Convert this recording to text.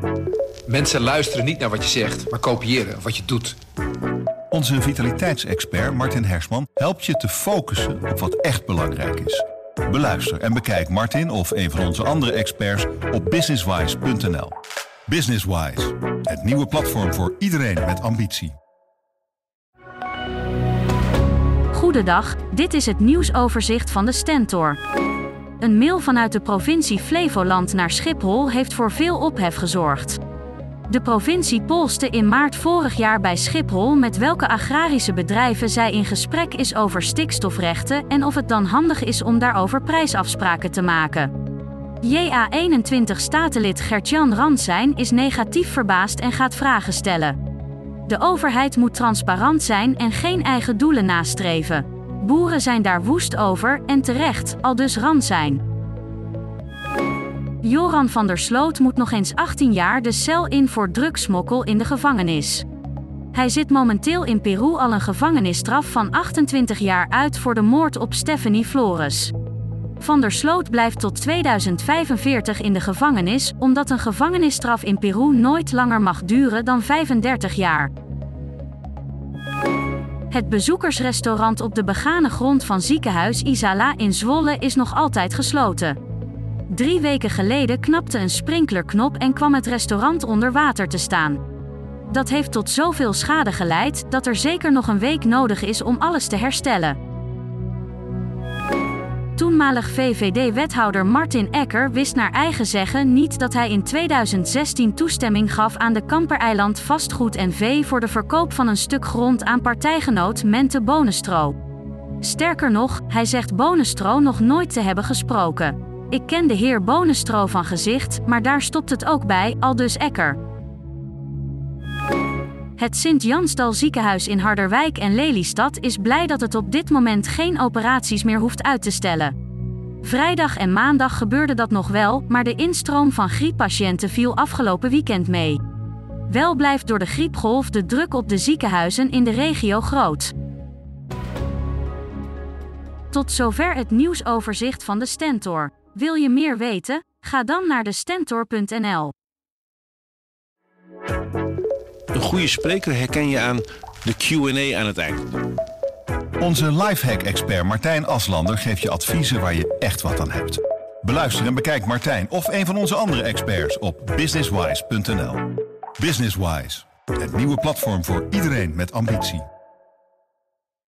Mensen luisteren niet naar wat je zegt, maar kopiëren wat je doet. Onze vitaliteitsexpert Martin Hersman helpt je te focussen op wat echt belangrijk is. Beluister en bekijk Martin of een van onze andere experts op businesswise.nl. Businesswise, het nieuwe platform voor iedereen met ambitie. Goedendag, dit is het nieuwsoverzicht van de Stentor. Een mail vanuit de provincie Flevoland naar Schiphol heeft voor veel ophef gezorgd. De provincie polste in maart vorig jaar bij Schiphol met welke agrarische bedrijven zij in gesprek is over stikstofrechten en of het dan handig is om daarover prijsafspraken te maken. JA21-statenlid Gert-Jan Ransijn is negatief verbaasd en gaat vragen stellen. De overheid moet transparant zijn en geen eigen doelen nastreven. Boeren zijn daar woest over en terecht, aldus Ransijn. Joran van der Sloot moet nog eens 18 jaar de cel in voor drugssmokkel in de gevangenis. Hij zit momenteel in Peru al een gevangenisstraf van 28 jaar uit voor de moord op Stephanie Flores. Van der Sloot blijft tot 2045 in de gevangenis, omdat een gevangenisstraf in Peru nooit langer mag duren dan 35 jaar. Het bezoekersrestaurant op de begane grond van ziekenhuis Isala in Zwolle is nog altijd gesloten. 3 weken geleden knapte een sprinklerknop en kwam het restaurant onder water te staan. Dat heeft tot zoveel schade geleid dat er zeker nog een week nodig is om alles te herstellen. Toenmalig VVD-wethouder Martin Ecker wist naar eigen zeggen niet dat hij in 2016 toestemming gaf aan de Kampereiland Vastgoed NV voor de verkoop van een stuk grond aan partijgenoot Mente Bonestro. Sterker nog, hij zegt Bonestro nog nooit te hebben gesproken. Ik ken de heer Bonestro van gezicht, maar daar stopt het ook bij, aldus Ecker. Het Sint-Jansdal ziekenhuis in Harderwijk en Lelystad is blij dat het op dit moment geen operaties meer hoeft uit te stellen. Vrijdag en maandag gebeurde dat nog wel, maar de instroom van grieppatiënten viel afgelopen weekend mee. Wel blijft door de griepgolf de druk op de ziekenhuizen in de regio groot. Tot zover het nieuwsoverzicht van de Stentor. Wil je meer weten? Ga dan naar de stentor.nl. Een goede spreker herken je aan de Q&A aan het eind. Onze lifehack-expert Martijn Aslander geeft je adviezen waar je echt wat aan hebt. Beluister en bekijk Martijn of een van onze andere experts op businesswise.nl. Businesswise, het nieuwe platform voor iedereen met ambitie.